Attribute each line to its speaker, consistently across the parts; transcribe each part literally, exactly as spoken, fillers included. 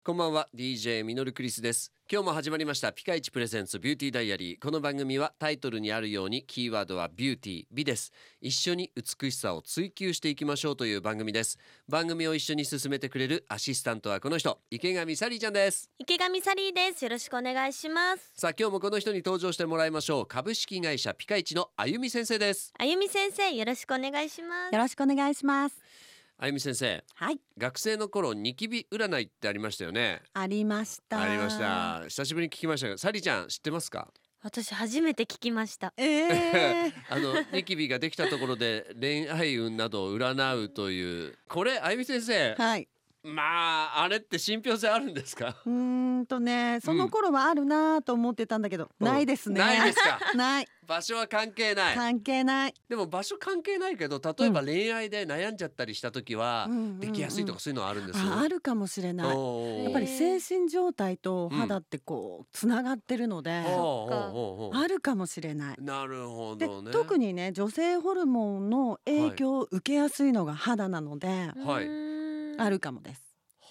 Speaker 1: こんばんは、 ディージェー ミノルクリスです。今日も始まりましたピカイチプレゼンツビューティーダイアリー。この番組はタイトルにあるようにキーワードはビューティー、美です。一緒に美しさを追求していきましょうという番組です。番組を一緒に進めてくれるアシスタントはこの人、池上サリーちゃんです。
Speaker 2: 池上サリーです。よろしくお願いします。
Speaker 1: さあ今日もこの人に登場してもらいましょう。株式会社ピカイチのあゆみ先生です。
Speaker 2: あゆみ先生、よろしくお願いします。
Speaker 3: よろしくお願いします。
Speaker 1: あゆみ先生、
Speaker 3: はい、
Speaker 1: 学生の頃ニキビ占いってありましたよね。
Speaker 3: ありました。
Speaker 1: ありました。久しぶりに聞きましたが、サリーちゃん知ってますか？
Speaker 2: 私初めて聞きました。
Speaker 3: えー、
Speaker 1: あのニキビができたところで恋愛運などを占うという、これあゆみ先生、
Speaker 3: はい、
Speaker 1: まああれって信憑性あるんですか？
Speaker 3: うーんとね、その頃はあるなと思ってたんだけど、
Speaker 1: うん、
Speaker 3: ないですね。
Speaker 1: ないですか？
Speaker 3: ない。
Speaker 1: 場所は関係ない。
Speaker 3: 関係ない。
Speaker 1: でも場所関係ないけど、例えば恋愛で悩んじゃったりした時は、
Speaker 3: うん、
Speaker 1: できやすいとかそういうのはあるんですよ。
Speaker 3: あ、あるかもしれない。やっぱり精神状態と肌ってこうつながってるので、あるかもしれない。
Speaker 1: なるほどね。
Speaker 3: で、特にね、女性ホルモンの影響を受けやすいのが肌なので、
Speaker 1: はい、
Speaker 3: あるかもです。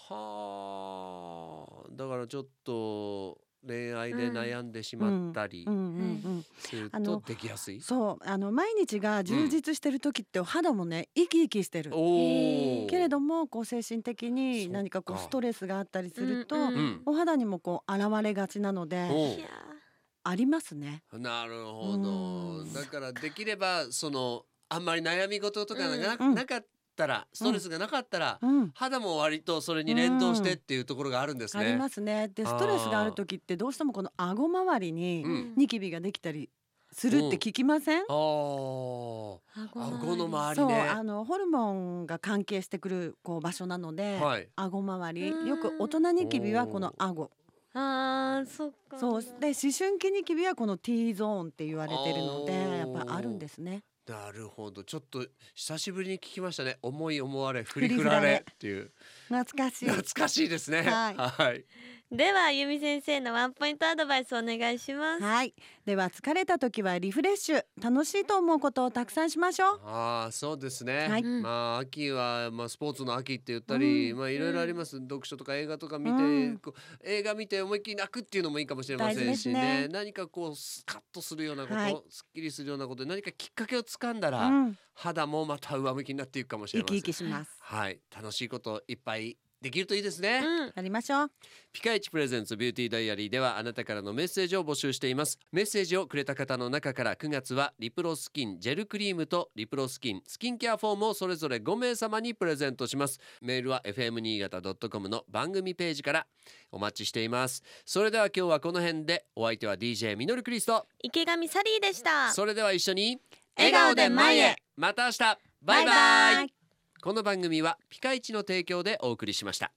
Speaker 1: はあ、だからちょっと恋愛で悩んでしまったりするとできやすい。
Speaker 3: そう、あの毎日が充実してる時って肌もね、生き生きしてる。
Speaker 1: お
Speaker 3: けれどもこう精神的に何かこうストレスがあったりすると、
Speaker 2: うんうん、
Speaker 3: お肌にもこう現れがちなので、ありますね。
Speaker 1: なるほど。だからできればそのあんまり悩み事とかが な,、
Speaker 3: うん、
Speaker 1: なかったら、ストレスがなかったら、
Speaker 3: うん、
Speaker 1: 肌も割とそれに連動してっていうところがあるんですね。
Speaker 3: ありますね。でストレスがある時ってどうしてもこの顎周りにニキビができたりするって聞きません？
Speaker 1: うん、あ顎の周り
Speaker 3: そう、
Speaker 1: ね。
Speaker 3: あのホルモンが関係してくるこう場所なので、
Speaker 1: はい、
Speaker 3: 顎周り、よく大人ニキビはこの顎、
Speaker 2: あー、そっか。
Speaker 3: そうで思春期ニキビはこの T ゾーンって言われてるので、やっぱあるんですね。
Speaker 1: なるほど。ちょっと久しぶりに聞きましたね。思い思われ振り振られっていう。
Speaker 3: 懐かしい。
Speaker 1: 懐かしいですね。
Speaker 3: はい、
Speaker 1: はい、
Speaker 2: ではあゆみ先生のワンポイントアドバイスお願いします。
Speaker 3: はい、では疲れた時はリフレッシュ、楽しいと思うことをたくさんしましょう。
Speaker 1: ああ、そうですね。
Speaker 3: はい、
Speaker 1: まあ秋は、まあ、スポーツの秋って言ったり、うん、まあいろいろあります。読書とか映画とか見て、うん、こう映画見て思いっきり泣くっていうのもいいかもしれませんし ね, ね何かこうスカッとするようなこと、はい、すっきりするようなことで何かきっかけをつかんだら、うん、肌もまた上向きになっていくかもしれません。
Speaker 3: 生き生きします。
Speaker 1: はい、楽しいこといっぱいできるといいですね。
Speaker 3: うん、やりましょう。
Speaker 1: ピカイチプレゼンツビューティーダイアリーではあなたからのメッセージを募集しています。メッセージをくれた方の中からくがつはリプロスキンジェルクリームとリプロスキンスキンケアフォームをそれぞれごめいさまにプレゼントします。メールは エフエム 新潟 ドットコム の番組ページからお待ちしています。それでは今日はこの辺で、お相手は ディージェー ミノルクリスト、
Speaker 2: 池上サリーでした。
Speaker 1: それでは一緒に
Speaker 2: 笑顔で前へ。
Speaker 1: また明日。バイバイ。この番組はピカイチの提供でお送りしました。